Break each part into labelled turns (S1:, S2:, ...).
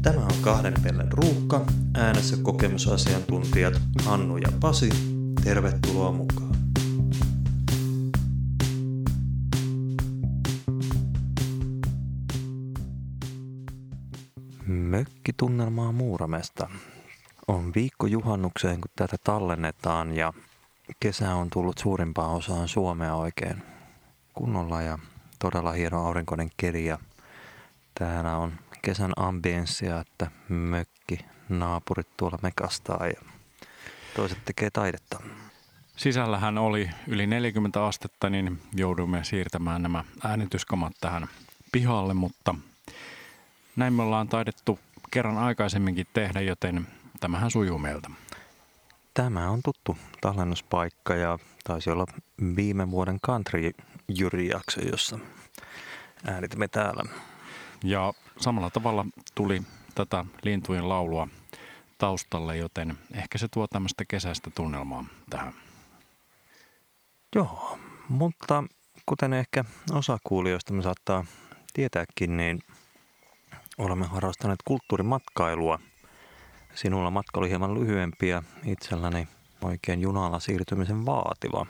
S1: Tämä on Kahden pellen ruuhka. Äänessä kokemusasiantuntijat Hannu ja Pasi. Tervetuloa mukaan. Mökkitunnelmaa Muuramesta. On viikko juhannukseen, kun tätä tallennetaan ja kesä on tullut suurimpaan osaan Suomea oikein kunnolla ja todella hieno aurinkoinen keli. Ja täällä on kesän ambienssia, että naapurit tuolla mekastaa ja toiset tekee taidetta.
S2: Sisällähän oli yli 40 astetta, niin joudumme siirtämään nämä äänityskamat tähän pihalle, mutta näin me ollaan taidettu kerran aikaisemminkin tehdä, joten tämähän sujuu meiltä.
S1: Tämä on tuttu tallennuspaikka ja taisi olla viime vuoden country-jyrijakso, jossa äänitimme täällä.
S2: Ja samalla tavalla tuli tätä lintujen laulua taustalle, joten ehkä se tuo tämmöistä kesäistä tunnelmaa tähän.
S1: Joo, mutta kuten ehkä osa kuulijoista me saattaa tietääkin, niin olemme harrastaneet kulttuurimatkailua. Sinulla matka oli hieman lyhyempi ja itselläni oikein junalla siirtymisen vaativa.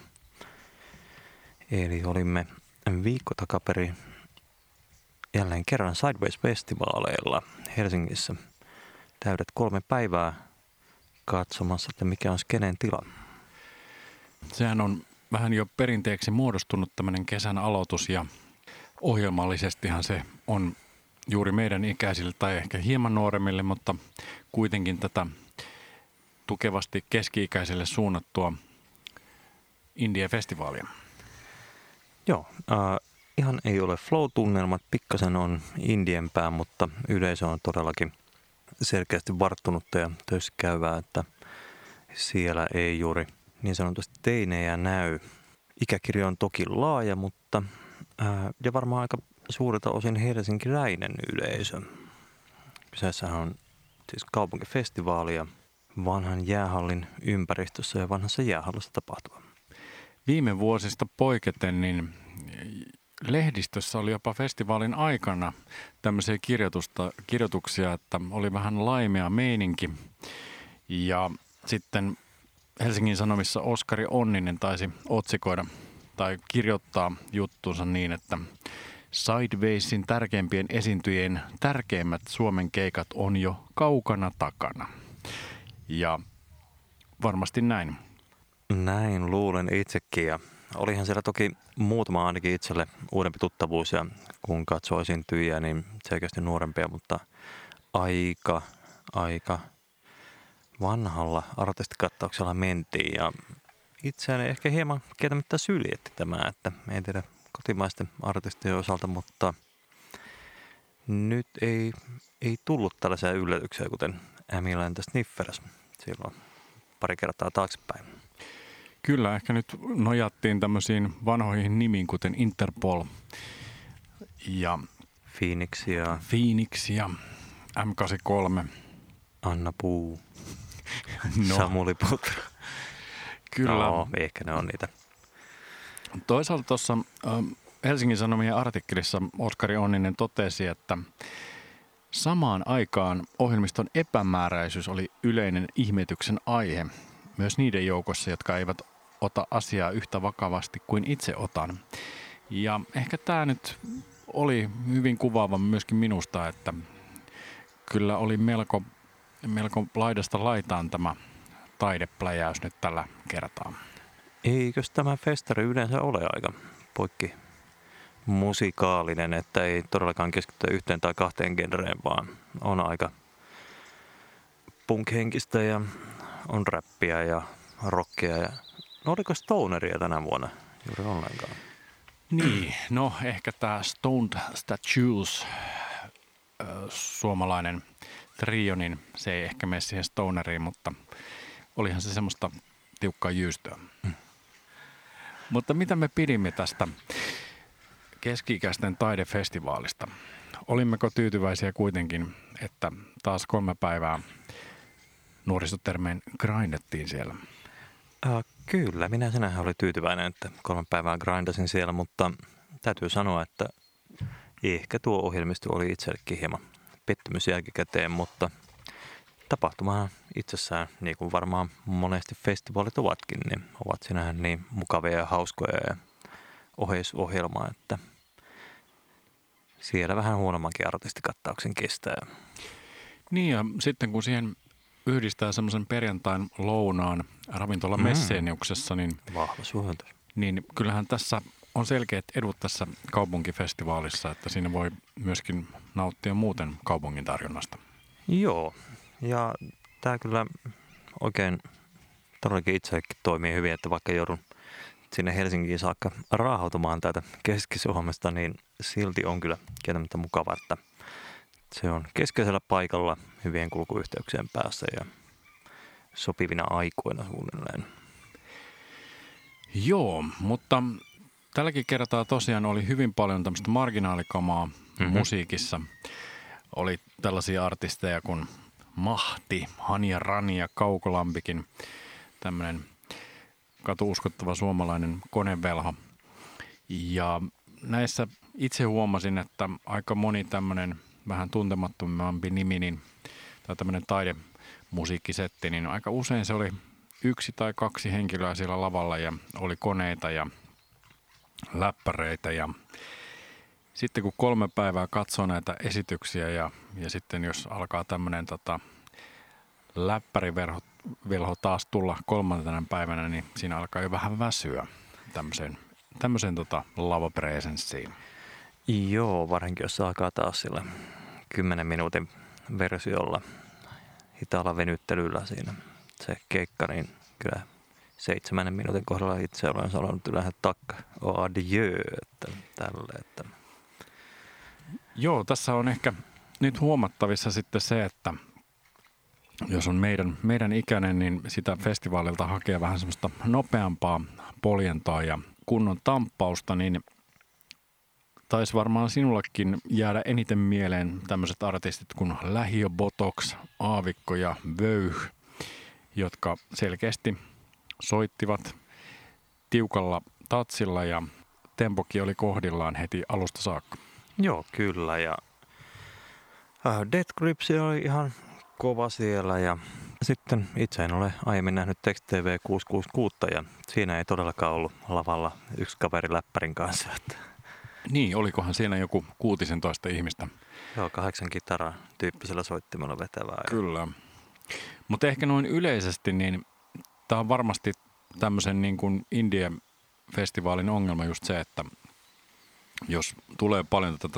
S1: Eli olimme viikko takaperi jälleen kerran Sideways-festivaaleilla Helsingissä. Täydet 3 päivää katsomassa, että mikä on skeneen tila.
S2: Sehän on vähän jo perinteeksi muodostunut tämmöinen kesän aloitus ja ohjelmallisestihan se on juuri meidän ikäisille tai ehkä hieman nuoremmille, mutta kuitenkin tätä tukevasti keski-ikäisille suunnattua Indie-festivaalia.
S1: Joo, ihan ei ole flow-tunnelmat, pikkasen on indiempää, mutta yleisö on todellakin selkeästi varttunutta ja töissä käyvää, että siellä ei juuri niin sanotusti teinejä näy. Ikäkirjo on toki laaja, mutta ja varmaan aika suurelta osin helsinkiläinen yleisö. Kyseessähän on siis kaupunkifestivaali ja vanhan jäähallin ympäristössä ja vanhassa jäähallissa tapahtuva.
S2: Viime vuosista poiketen, niin lehdistössä oli jopa festivaalin aikana tämmöisiä kirjoituksia, että oli vähän laimea meininki. Ja sitten Helsingin Sanomissa Oskari Onninen taisi otsikoida tai kirjoittaa juttuunsa niin, että Sidewaysin tärkeimpien esiintyjien tärkeimmät Suomen keikat on jo kaukana takana. Ja varmasti näin.
S1: Näin luulen itsekin ja olihan siellä toki muutama ainakin itselle uudempi tuttavuus ja kun katsoo esiintyjiä, niin selkeästi nuorempia, mutta aika vanhalla artistikattauksella mentiin ja itseäni ehkä hieman kieltämättä syljetti tämä, että en tiedä kotimaisten artistien osalta, mutta nyt ei tullut tällaisia yllätyksiä, kuten Emil and the Sniffers silloin pari kertaa taaksepäin.
S2: Kyllä, ehkä nyt nojattiin tämmöisiin vanhoihin nimiin, kuten Interpol ja Phoenix ja M83.
S1: Anna Puu,
S2: no.
S1: Samuli Putra.
S2: Kyllä.
S1: No, ehkä ne on niitä.
S2: Toisaalta tuossa Helsingin Sanomien artikkelissa Oskari Onninen totesi, että samaan aikaan ohjelmiston epämääräisyys oli yleinen ihmetyksen aihe. Myös niiden joukossa, jotka eivät ota asiaa yhtä vakavasti kuin itse otan. Ja ehkä tämä nyt oli hyvin kuvaava myöskin minusta, että kyllä oli melko laidasta laitaan tämä taidepläjäys nyt tällä kertaa.
S1: Eikös tämä festari yleensä ole aika poikki musikaalinen, että ei todellakaan keskittyä yhteen tai kahteen genreen, vaan on aika punk-henkistä ja on räppiä ja rockia. Ja no oliko stoneria tänä vuonna juuri ollenkaan?
S2: Niin, no ehkä tämä Stoned Statues, suomalainen trio, niin se ei ehkä mene siihen stoneriin, mutta olihan se semmoista tiukkaa jyystöä. Mutta mitä me pidimme tästä keski-ikäisten taidefestivaalista? Olimmeko tyytyväisiä kuitenkin, että taas 3 päivää nuorisotermeen grindettiin siellä?
S1: Kyllä, minä sinähän oli tyytyväinen, että 3 päivää grindasin siellä, mutta täytyy sanoa, että ehkä tuo ohjelmisto oli itsellekin hieman pettymys jälkikäteen, mutta tapahtumahan itsessään, niin kuin varmaan monesti festivaalit ovatkin, niin ovat sinähän niin mukavia ja hauskoja ja oheisohjelmaa, että siellä vähän huonommankin artistikattauksen kestää.
S2: Niin ja sitten kun siihen yhdistää semmoisen perjantain lounaan ravintola Messeniuksessa, niin,
S1: vahva suositus.
S2: Niin kyllähän tässä on selkeät edut tässä kaupunkifestivaalissa, että siinä voi myöskin nauttia muuten kaupungin tarjonnasta.
S1: Joo, ja tämä kyllä oikein todellakin itsekin toimii hyvin, että vaikka joudun sinne Helsinkiin saakka raahautumaan täältä Keski-Suomesta, niin silti on kyllä kieltämättä mukava, että se on keskeisellä paikalla hyvien kulkuyhteyksien päässä ja sopivina aikoina suunnilleen.
S2: Joo, mutta tälläkin kertaa tosiaan oli hyvin paljon tämmöistä marginaalikamaa musiikissa. Oli tällaisia artisteja kuin Mahti, Hania Rani ja Kaukolampikin, tämmöinen katuuskottava suomalainen konevelho. Ja näissä itse huomasin, että aika moni tämmöinen vähän tuntemattomampi nimi, niin, tai tämmöinen taidemusiikkisetti, niin aika usein se oli 1 tai 2 henkilöä siellä lavalla ja oli koneita ja läppäreitä ja sitten kun 3 päivää katsoo näitä esityksiä ja sitten jos alkaa tämmöinen läppärivelho taas tulla 3. päivänä, niin siinä alkaa jo vähän väsyä tämmöiseen lavapresenssiin.
S1: Joo, varsinkin jos alkaa taas sillä 10 minuutin versiolla hitaalla venyttelyllä siinä se keikka, niin kyllä 7 minuutin kohdalla itse olen sanonut yleensä takka adieu, että tälle, että
S2: Joo, tässä on ehkä nyt huomattavissa sitten se, että jos on meidän ikäinen, niin sitä festivaalilta hakee vähän semmoista nopeampaa poljentoa ja kunnon tamppausta, niin taisi varmaan sinullekin jäädä eniten mieleen tämmöiset artistit kuin Lähiö Botox, Aavikko ja Vöyh, jotka selkeästi soittivat tiukalla tatsilla ja tempokin oli kohdillaan heti alusta saakka.
S1: Joo, kyllä. Ja Death Grips oli ihan kova siellä ja sitten itse en ole aiemmin nähnyt Text TV 666 ja siinä ei todellakaan ollut lavalla yksi kaveri läppärin kanssa. Että
S2: Niin, olikohan siinä joku 16 ihmistä?
S1: Joo, 8 kitaraa tyyppisellä soittimella vetävää.
S2: Kyllä. Mutta ehkä noin yleisesti, niin tämä on varmasti tämmöisen niin kuin Indie-festivaalin ongelma just se, että jos tulee paljon tätä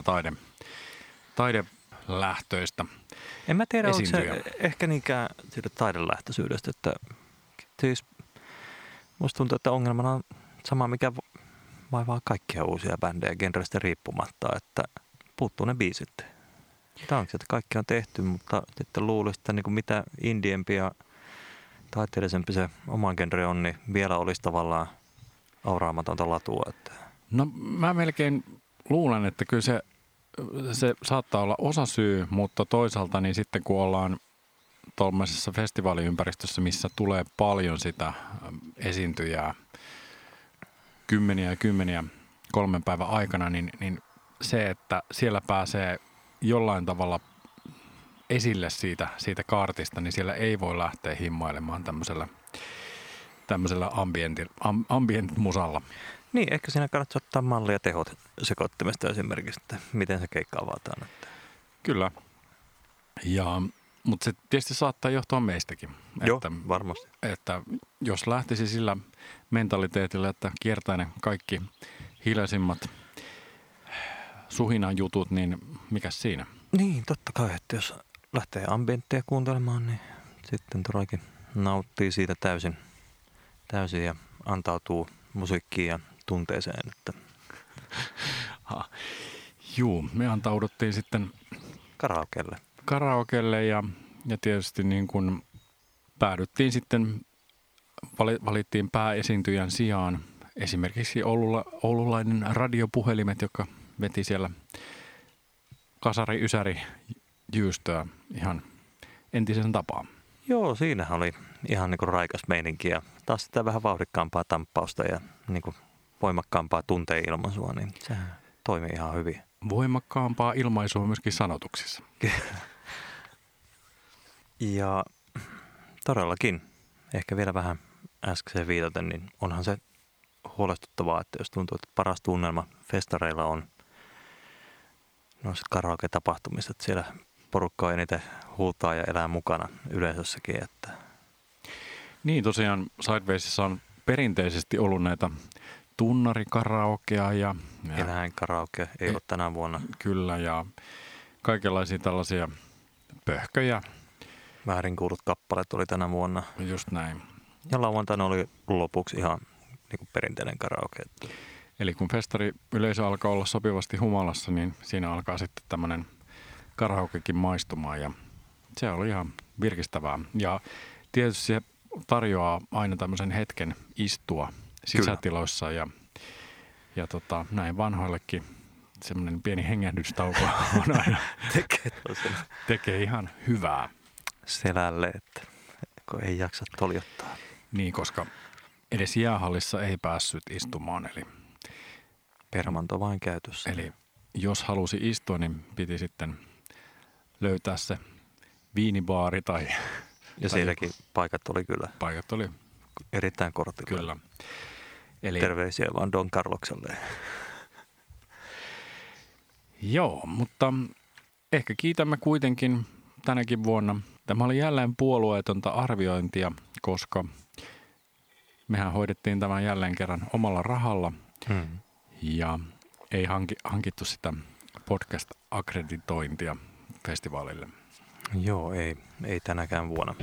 S2: taidelähtöistä
S1: en mä tiedä, onko
S2: esiintyjä.
S1: se ehkä niinkään siitä taidelähtöisyydestä, että siis musta tuntuu, että ongelmana on sama, mikä vaivaa kaikkia uusia bändejä genrestä riippumatta, että puuttuu ne biisit. Tämä onko se, että kaikki on tehty, mutta sitten luulisin, että niin kuin mitä indiempi ja taiteellisempi se oma genre on, niin vielä olisi tavallaan auraamatonta latua. Että
S2: No mä melkein luulen, että kyllä se saattaa olla osasyy, mutta toisaalta niin sitten kun ollaan tuollaisessa festivaaliympäristössä, missä tulee paljon sitä esiintyjää kymmeniä ja kymmeniä 3 päivän aikana, niin se, että siellä pääsee jollain tavalla esille siitä kaartista, niin siellä ei voi lähteä himmailemaan tämmöisellä ambient-musalla.
S1: niin, ehkä siinä kannattaa ottaa mallia tehot sekoittimesta esimerkiksi, että miten se keikka avataan. Että
S2: Kyllä. Mutta se tietysti saattaa johtua meistäkin.
S1: Joo, varmasti.
S2: Että jos lähtisi sillä mentaliteetillä, että kiertää ne kaikki hiljaisimmat suhinan jutut, niin mikäs siinä?
S1: Niin, totta kai, että jos lähtee ambienttia kuuntelemaan, niin sitten todellakin nauttii siitä täysin ja antautuu musiikkiin ja tunteeseen. Että
S2: Juu, me antauduttiin sitten karaokelle ja tietysti niin kuin päädyttiin sitten, valittiin pääesiintyjän sijaan esimerkiksi oululainen radiopuhelimet, joka veti siellä kasari-ysäri jyystöä ihan entisen tapaan.
S1: Joo, siinähän oli ihan niin kuin raikas meininki ja taas sitä vähän vauhdikkaampaa tamppausta ja niin kuin voimakkaampaa tunteen ilmaisua, niin sehän toimii ihan hyvin.
S2: voimakkaampaa ilmaisua myöskin sanotuksissa.
S1: Ja todellakin, ehkä vielä vähän äskeiseen viitaten, niin onhan se huolestuttavaa, että jos tuntuu, että paras tunnelma festareilla on noissa karaoke-tapahtumissa, että siellä porukka on eniten huutaa ja elää mukana yleisössäkin. Että
S2: Niin tosiaan Sidewaysissa on perinteisesti ollut näitä tunnarikaraokea ja
S1: eläinkaraoke ei ole tänä vuonna.
S2: Kyllä, ja kaikenlaisia tällaisia pöhköjä.
S1: Väärin kuulut kappaleet oli tänä vuonna.
S2: Just näin.
S1: Ja lauantaina oli lopuksi ihan niin kuin perinteinen karaoke.
S2: Eli kun festari yleisö alkaa olla sopivasti humalassa, niin siinä alkaa sitten tämmöinen karaokekin maistumaan ja se oli ihan virkistävää. Ja tietysti se tarjoaa aina tämmöisen hetken istua sisätiloissa ja näin vanhoillekin semmoinen pieni hengähdystauko on aina tekee ihan hyvää.
S1: Selälle, että kun ei jaksa toljottaa.
S2: Niin, koska edes jäähallissa ei päässyt istumaan, eli
S1: permanto vain käytössä.
S2: Eli jos halusi istua, niin piti sitten löytää se viinibaari tai...
S1: Ja sielläkin paikat oli kyllä.
S2: Paikat oli
S1: erittäin kortilla.
S2: Kyllä. Eli,
S1: terveisiä vaan Don Carlokselle.
S2: Joo, mutta ehkä kiitämme kuitenkin tänäkin vuonna. Tämä oli jälleen puolueetonta arviointia, koska mehän hoidettiin tämän jälleen kerran omalla rahalla ja ei hankittu sitä podcast-akkreditointia festivaalille.
S1: Joo, ei tänäkään vuonna.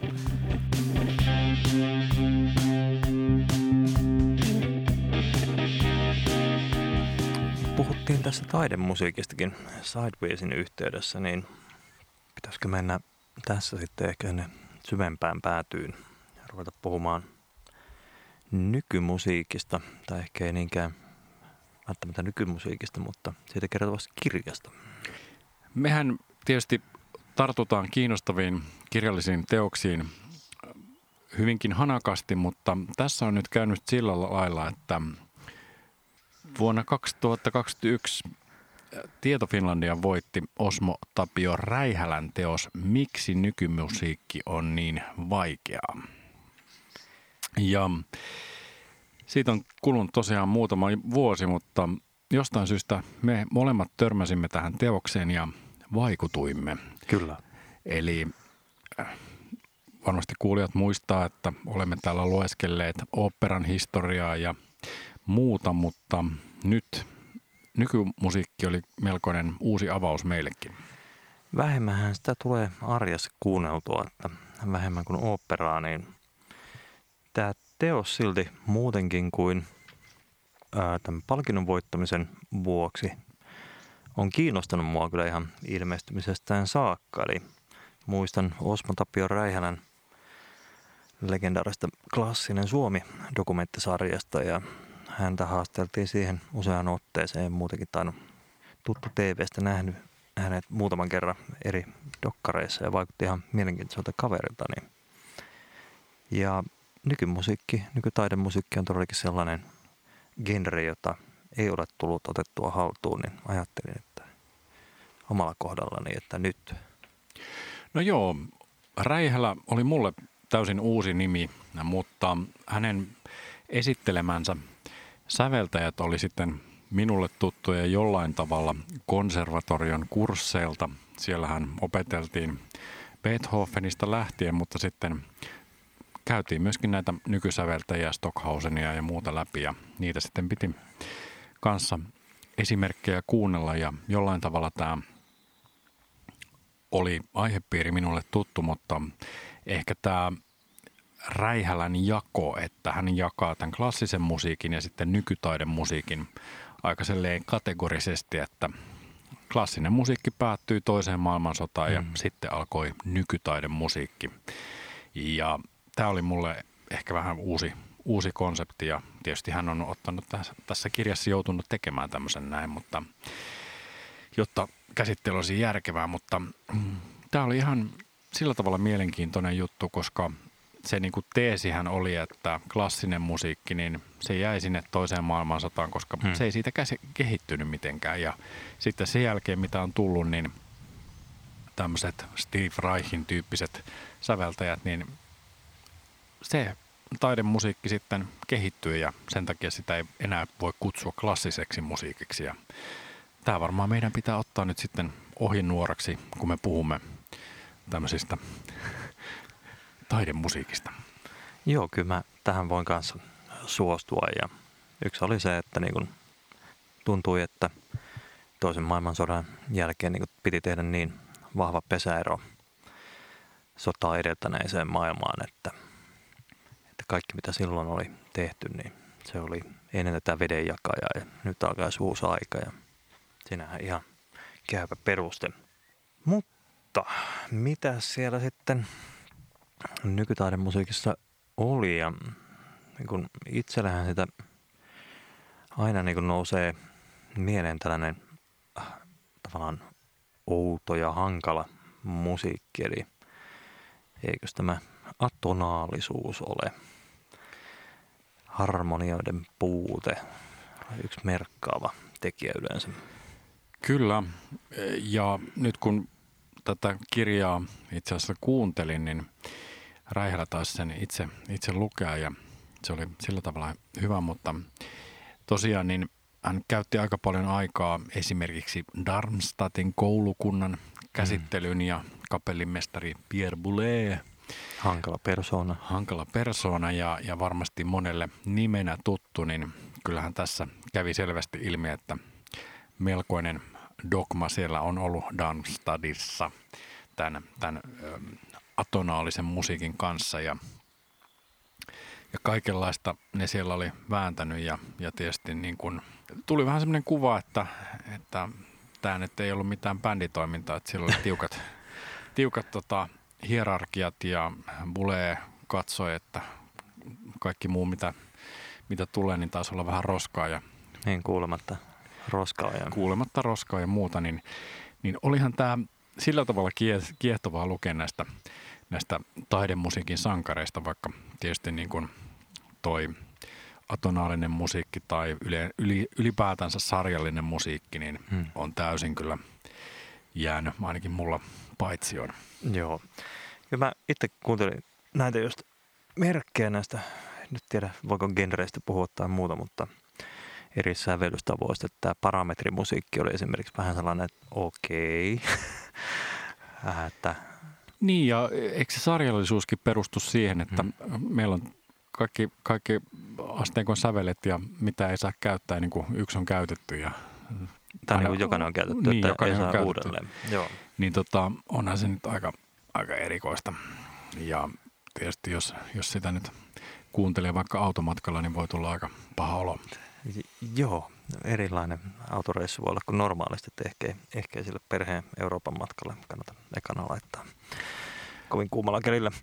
S1: Puhuttiin tässä taidemusiikistakin Sidewaysin yhteydessä, niin pitäisikö mennä tässä sitten ehkä sinne syvempään päätyyn ja ruveta puhumaan nykymusiikista, tai ehkä ei niinkään välttämättä nykymusiikista, mutta siitä kertovasta kirjasta.
S2: Mehän tietysti tartutaan kiinnostaviin kirjallisiin teoksiin hyvinkin hanakasti, mutta tässä on nyt käynyt sillä lailla, että vuonna 2021 Tieto Finlandia voitti Osmo Tapio Räihälän teos Miksi nykymusiikki on niin vaikeaa. Ja siitä on kulunut tosiaan muutama vuosi, mutta jostain syystä me molemmat törmäsimme tähän teokseen ja vaikutuimme.
S1: Kyllä.
S2: Eli varmasti kuulijat muistaa, että olemme täällä lueskelleet oopperan historiaa ja muuta, mutta nyt nykymusiikki oli melkoinen uusi avaus meillekin.
S1: Vähemmänhän sitä tulee arjessa kuunneltua, että vähemmän kuin oopperaa, niin tämä teos silti muutenkin kuin tämän palkinnon voittamisen vuoksi on kiinnostanut mua kyllä ihan ilmestymisestään saakka. Eli muistan Osmo Tapio Räihälän legendaarista Klassinen Suomi-dokumenttisarjasta ja häntä haasteltiin siihen useaan otteeseen ja muutenkin tainnut tuttu TV:stä nähnyt hänet muutaman kerran eri dokkareissa ja vaikutti ihan mielenkiintoiselta kaverilta. Ja nykytaidemusiikki on todellakin sellainen genre, jota ei ole tullut otettua haltuun, niin ajattelin, että omalla kohdallani, että nyt.
S2: No joo, Räihälä oli mulle täysin uusi nimi, mutta hänen esittelemänsä säveltäjät oli sitten minulle tuttuja jollain tavalla konservatorion kursseilta. Siellähän opeteltiin Beethovenista lähtien, mutta sitten käytiin myöskin näitä nykysäveltäjiä, Stockhausenia ja muuta läpi ja niitä sitten piti kanssa esimerkkejä kuunnella ja jollain tavalla tämä oli aihepiiri minulle tuttu, mutta ehkä tämä Räihälän jako, että hän jakaa tämän klassisen musiikin ja sitten nykytaidemusiikin aika silleen kategorisesti, että klassinen musiikki päättyi toiseen maailmansotaan ja sitten alkoi nykytaidemusiikki. Ja tämä oli mulle ehkä vähän uusi konsepti ja tietysti hän on ottanut tässä kirjassa joutunut tekemään tämmöisen näin, mutta jotta käsittely olisi järkevää, mutta tämä oli ihan sillä tavalla mielenkiintoinen juttu, koska se niin kuin teesihän oli, että klassinen musiikki, niin se jäi sinne toiseen maailmansotaan, koska se ei siitä kehittynyt mitenkään. Ja sitten sen jälkeen, mitä on tullut, niin tämmöiset Steve Reichin tyyppiset säveltäjät, niin se taidemusiikki sitten kehittyy ja sen takia sitä ei enää voi kutsua klassiseksi musiikiksi. Ja tämä varmaan meidän pitää ottaa nyt sitten ohjenuoraksi, kun me puhumme tämmöisistä taidemusiikista.
S1: Joo, kyllä mä tähän voin kanssa suostua. Ja yksi oli se, että niin kun tuntui, että toisen maailmansodan jälkeen niin kun piti tehdä niin vahva pesäero sotaa edeltäneeseen maailmaan, että kaikki mitä silloin oli tehty, niin se oli ennen tätä vedenjakajaa ja nyt alkaa uusi aika ja siinähän ihan käypä peruste. Mutta mitä siellä sitten nykytaidemusiikissa oli ja niin kun itsellähän sitä aina niin kun nousee mieleen tällainen tavallaan outo ja hankala musiikki, eli eikös tämä atonaalisuus ole harmonioiden puute, yksi merkkaava tekijä yleensä.
S2: Kyllä, ja nyt kun tätä kirjaa itse asiassa kuuntelin, niin Räihälä taisi sen itse lukea ja se oli sillä tavalla hyvä, mutta tosiaan niin hän käytti aika paljon aikaa esimerkiksi Darmstadtin koulukunnan käsittelyyn ja kapellimestari Pierre Boulez. Hankala persona ja varmasti monelle nimenä tuttu, niin kyllähän tässä kävi selvästi ilmi, että melkoinen dogma siellä on ollut Darmstadtissa tämän atonaalisen musiikin kanssa ja kaikenlaista ne siellä oli vääntänyt ja tietysti niin kuin tuli vähän semmoinen kuva, että tämä nyt ei ollut mitään bänditoimintaa, että siellä oli tiukat hierarkiat ja Boulez katsoi, että kaikki muu mitä tulee, niin taisi olla vähän roskaa ja
S1: niin kuulematta roskaa
S2: ja muuta, niin olihan tämä sillä tavalla kiehtovaa lukea näistä taidemusiikin sankareista, vaikka tietysti niin kuin toi atonaalinen musiikki tai ylipäätänsä sarjallinen musiikki, niin on täysin kyllä jäänyt ainakin mulla paitsioon.
S1: Joo. Ja mä itse kuuntelin näitä just merkkejä näistä, nyt tiedä voiko genreistä puhua tai muuta, mutta eri sävellystavoista. Tämä parametrimusiikki oli esimerkiksi vähän sellainen, että okei. Että
S2: niin, ja eikö se sarjallisuuskin perustu siihen, että meillä on kaikki asteikon sävelet ja mitä ei saa käyttää, niin kuin yksi on käytetty. Ja
S1: tämä niin kuin jokainen on käytetty,
S2: niin,
S1: että ei saa uudelleen. Joo.
S2: Niin onhan se nyt aika erikoista. Ja tietysti jos sitä nyt kuuntelee vaikka automatkalla, niin voi tulla aika paha olo.
S1: Joo, erilainen autoreissu voi olla kuin normaalisti, että ehkä sille perheen Euroopan matkalle kannata ekana laittaa kovin kuumalla kelillä.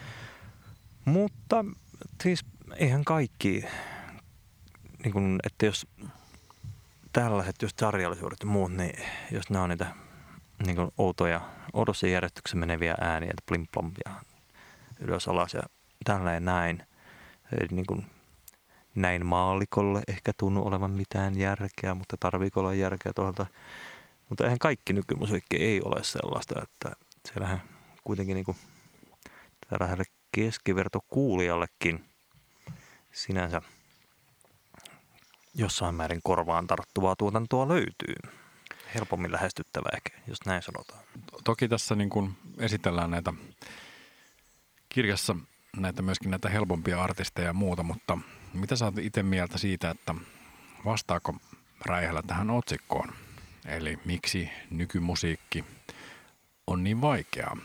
S1: Mutta siis eihän kaikki, niin kun, että jos tällaiset just sarjallisuudet ja muut, niin jos ne on niitä niin kun oudossa järjestyksessä meneviä ääniä, että plim plom ja ylös alas ja tälleen näin, niin kun näin maallikolle ehkä tunnu olevan mitään järkeä, mutta tarviiko olla järkeä tuolta. Mutta eihän kaikki nykymusiikki ei ole sellaista, että siellähän kuitenkin niin kuin tällaiselle keskivertokuulijallekin sinänsä jossain määrin korvaan tarttuvaa tuotantoa löytyy. Helpommin lähestyttävää ehkä, jos näin sanotaan.
S2: Toki tässä niin kuin esitellään näitä kirjassa myöskin näitä helpompia artisteja ja muuta, mutta mitä sä oot itse mieltä siitä, että vastaako Räihälä tähän otsikkoon? Eli miksi nykymusiikki on niin vaikeaa?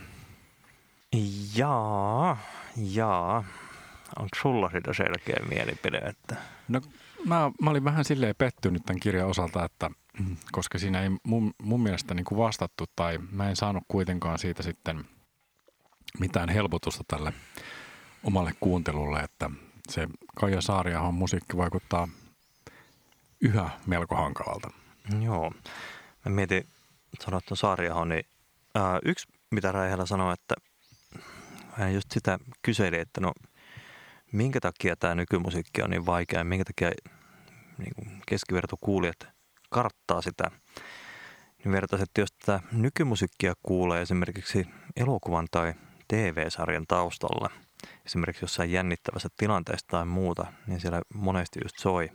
S1: Jaa. Onko sulla siitä selkeä mielipide? Että
S2: No mä olin vähän silleen pettynyt tämän kirjan osalta, että koska siinä ei mun mielestä niin kuin vastattu tai mä en saanut kuitenkaan siitä sitten mitään helpotusta tälle omalle kuuntelulle, että se Kaija Saariahon musiikki vaikuttaa yhä melko hankalalta.
S1: Joo. Mä mietin, sanoit tuon Saariahon, niin yksi mitä Räihälä sanoi, että hän just sitä kyseli, että no minkä takia tämä nykymusiikki on niin vaikea ja minkä takia niin kuin keskivertokuulijat karttaa sitä. Niin vertaisi, että jos tätä nykymusiikkia kuulee esimerkiksi elokuvan tai TV-sarjan taustalla, esimerkiksi jossain jännittävässä tilanteessa tai muuta, niin siellä monesti just soi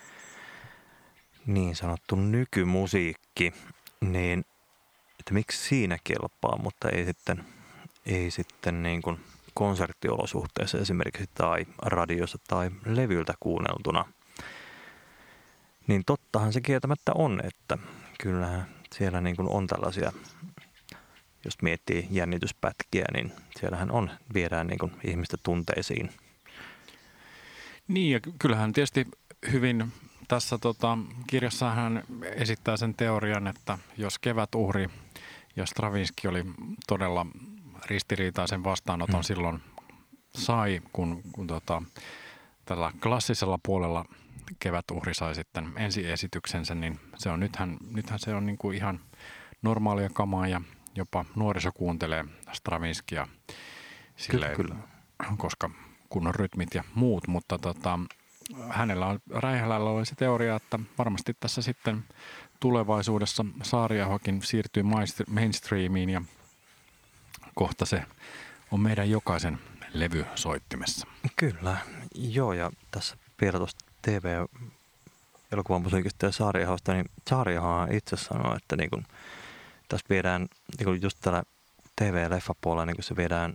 S1: niin sanottu nykymusiikki, niin että miksi siinä kelpaa, mutta ei sitten niin kuin konserttiolosuhteessa esimerkiksi tai radiossa tai levyltä kuunneltuna. Niin tottahan se kieltämättä on, että kyllähän siellä niin kuin on tällaisia, jos miettii jännityspätkiä, niin siellähän viedään niin kuin ihmistä tunteisiin.
S2: Niin ja kyllähän tietysti hyvin tässä kirjassa hän esittää sen teorian, että jos Kevätuhri ja Stravinsky oli todella ristiriitaisen vastaanoton silloin sai, kun tällä klassisella puolella Kevätuhri sai sitten ensiesityksensä, niin se on nythän se on niin kuin ihan normaalia kamaa ja jopa nuoriso kuuntelee Stravinskya silleen, kyllä. Koska kunnon rytmit ja muut, mutta Räihälällä oli se teoria, että varmasti tässä sitten tulevaisuudessa Saariahokin siirtyy mainstreamiin ja kohta se on meidän jokaisen levysoittimessa.
S1: Kyllä, joo, ja tässä vielä tuosta TV-elokuvan musiikista ja Saariahosta, niin Saariahohan itse sanoo, että niin kun tässä viedään, niin kun just tällä TV- ja leffapuolella, niin kun se viedään,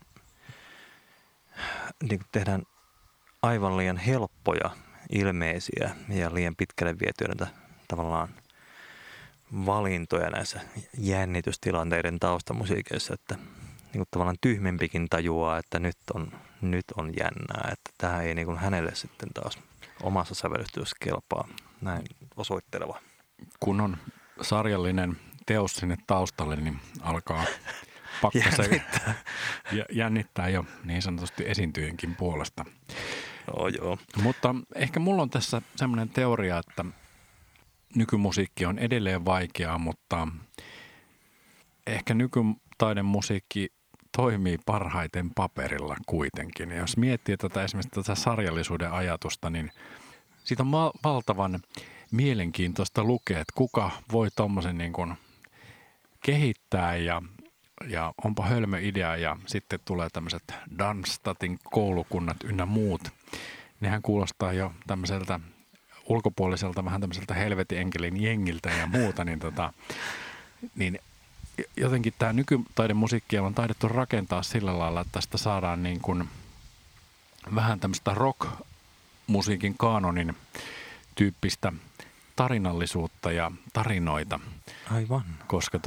S1: niin kun tehdään aivan liian helppoja, ilmeisiä ja liian pitkälle vietyä näitä tavallaan valintoja näissä jännitystilanteiden taustamusiikeissa, että niin kuin tavallaan tyhmempikin tajuaa, että nyt on jännää, että tämä ei niin kuin hänelle sitten taas omassa sävellystyössä kelpaa näin osoitteleva.
S2: Kun on sarjallinen teos sinne taustalle, niin alkaa pakkasen jännittää jo niin sanotusti esiintyjenkin puolesta.
S1: No, joo.
S2: Mutta ehkä mulla on tässä semmoinen teoria, että nykymusiikki on edelleen vaikeaa, mutta ehkä nykytaidemusiikki toimii parhaiten paperilla kuitenkin. Ja jos miettii esimerkiksi tätä sarjallisuuden ajatusta, niin siitä on valtavan mielenkiintoista lukea, että kuka voi tommosen niin kuin kehittää ja onpa hölmö idea ja sitten tulee tämmöiset Darmstadtin koulukunnat ynnä muut. Nehän kuulostaa jo tämmöiseltä ulkopuoliselta vähän tämmöiseltä helvetin enkelin jengiltä ja muuta, niin jotenkin tämä nykytaidemusiikkia on taidettu rakentaa sillä lailla, että tästä saadaan niin kuin vähän tämmöistä rock-musiikin kaanonin tyyppistä tarinallisuutta ja tarinoita.
S1: Aivan.
S2: Koska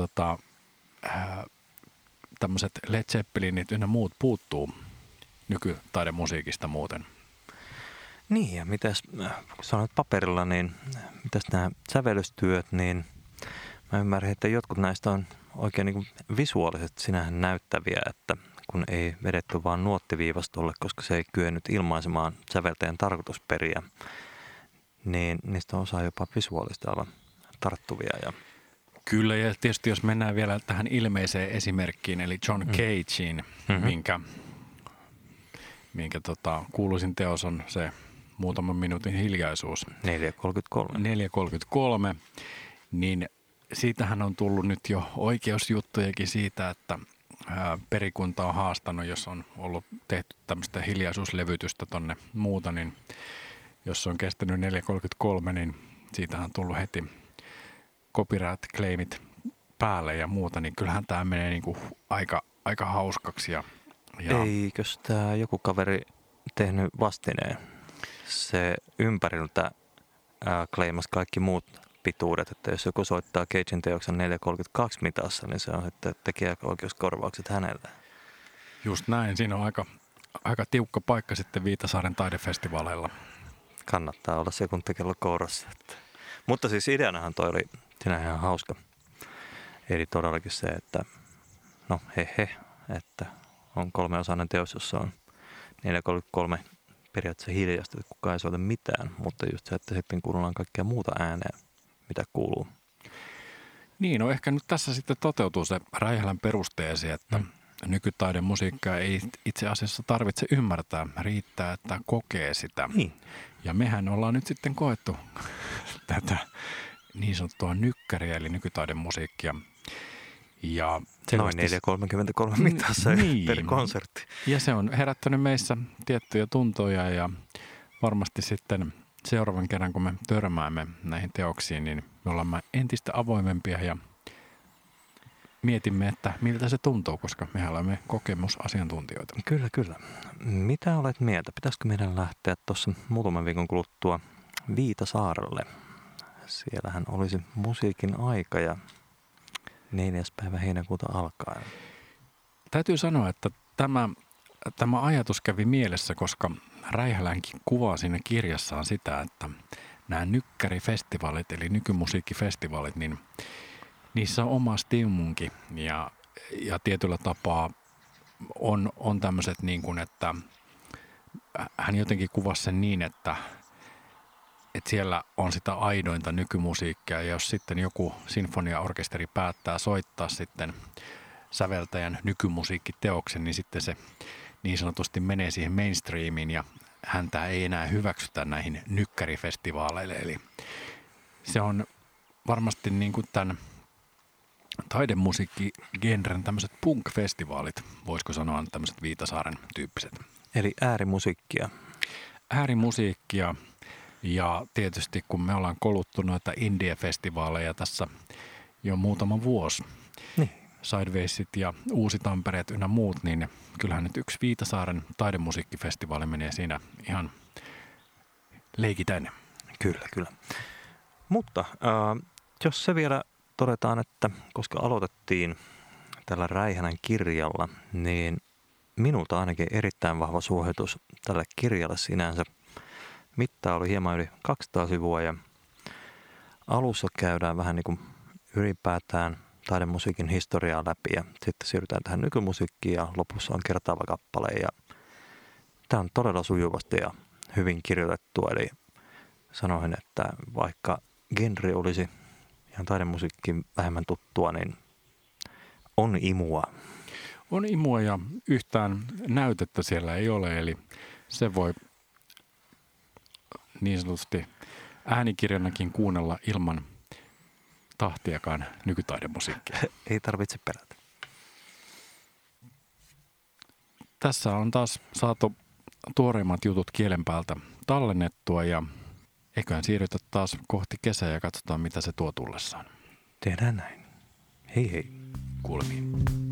S2: tämmöiset Led Zeppelinit ynnä muut puuttuu nykytaidemusiikista muuten.
S1: Niin, ja mitäs, kun sanoit paperilla, niin mitäs nämä sävellystyöt, niin mä ymmärrän, että jotkut näistä on oikein niin kuin visuaaliset sinähän näyttäviä, että kun ei vedetty vaan nuottiviivastolle, koska se ei kyennyt ilmaisemaan säveltäjän tarkoitusperiä, niin niistä on osa jopa visuaalisesti aivan tarttuvia. Ja
S2: kyllä, ja tietysti jos mennään vielä tähän ilmeiseen esimerkkiin, eli John Cagein, minkä kuuluisin teos on se muutaman minuutin hiljaisuus. 4.33, niin siitähän on tullut nyt jo oikeusjuttujakin siitä, että perikunta on haastanut, jos on ollut tehty tämmöistä hiljaisuuslevytystä tonne muuta, niin jos on kestänyt 4.33, niin siitähän on tullut heti copyright-claimit päälle ja muuta, niin kyllähän tämä menee niin kuin aika hauskaksi.
S1: Eikös tämä joku kaveri tehnyt vastineen? Se ympäriltä claimasi kaikki muut pituudet, että jos joku soittaa Cagein teoksen 4.32 mitassa, niin se on sitten tekijäoikeuskorvaukset hänelle.
S2: Just näin, siinä on aika tiukka paikka sitten Viitasaaren taidefestivaaleilla.
S1: Kannattaa olla sekuntikello kourassa. Mutta siis ideanahan toi oli sinä ihan hauska. Eli todellakin se, että no että on 3-osainen teos, jossa on 4.33 periaatteessa hiljaista, että kukaan ei soita mitään, mutta just se, että sitten kuunnellaan kaikkea muuta ääneen, mitä kuuluu.
S2: Niin, no ehkä nyt tässä sitten toteutuu se Räihälän perusteesi, että nykytaiden musiikkia ei itse asiassa tarvitse ymmärtää. Riittää, että kokee sitä.
S1: Niin.
S2: Ja mehän ollaan nyt sitten koettu tätä niin sanottua nykkäriä, eli nykytaiden musiikkia. Ja
S1: noin 4,33 mitassa per konsertti.
S2: Ja se on herättänyt meissä tiettyjä tuntoja ja varmasti sitten seuraavan kerran, kun me törmäämme näihin teoksiin, niin me olemme entistä avoimempia ja mietimme, että miltä se tuntuu, koska me olemme kokemusasiantuntijoita.
S1: Kyllä, kyllä. Mitä olet mieltä? Pitäisikö meidän lähteä tuossa muutaman viikon kuluttua Viitasaarelle? Siellähän olisi musiikin aika ja 4. päivä heinäkuuta alkaen.
S2: Täytyy sanoa, että tämä ajatus kävi mielessä, koska Räihälänkin kuvaa siinä kirjassaan sitä, että nämä nykkärifestivaalit, eli nykymusiikkifestivaalit, niin niissä on oma stimunki ja tietyllä tapaa on tämmöiset niin kuin, että hän jotenkin kuvasi sen niin, että siellä on sitä aidointa nykymusiikkia ja jos sitten joku sinfoniaorkesteri päättää soittaa sitten säveltäjän nykymusiikkiteoksen, niin sitten se niin sanotusti menee siihen mainstreamiin ja häntä ei enää hyväksytä näihin nykkärifestivaaleille. Eli se on varmasti niin kuin tämän taidemusiikkigenren tämmöiset punk-festivaalit, voisiko sanoa tämmöiset Viitasaaren tyyppiset.
S1: Eli äärimusiikkia.
S2: Äärimusiikkia ja tietysti kun me ollaan koluttu noita indie-festivaaleja tässä jo muutama vuosi,
S1: niin.
S2: Sidewaysit ja Uusi-Tampereet ynnä muut, niin kyllähän nyt yksi Viitasaaren taidemusiikkifestivaali menee siinä ihan leikitään.
S1: Kyllä, kyllä. Mutta jos se vielä todetaan, että koska aloitettiin tällä Räihälän kirjalla, niin minulta ainakin erittäin vahva suositus tälle kirjalle sinänsä. Mittaa oli hieman yli 200 sivua ja alussa käydään vähän niin kuin ylipäätään taidemusiikin historiaa läpi ja sitten siirrytään tähän nykymusiikkiin ja lopussa on kertaava kappale ja tämä on todella sujuvasti ja hyvin kirjoitettu, eli sanoin, että vaikka genre olisi ihan taidemusiikkiin vähemmän tuttua, niin on imua.
S2: On imua ja yhtään näytettä siellä ei ole, eli se voi niin sanotusti äänikirjanakin kuunnella ilman tahtiakaan nykytaidemusiikkia.
S1: Ei tarvitse pelätä.
S2: Tässä on taas saatu tuoreimmat jutut kielen päältä tallennettua ja eiköhän siirrytä taas kohti kesää ja katsotaan mitä se tuo tullessaan.
S1: Tehdään näin. Hei hei.
S2: Kuulemiin.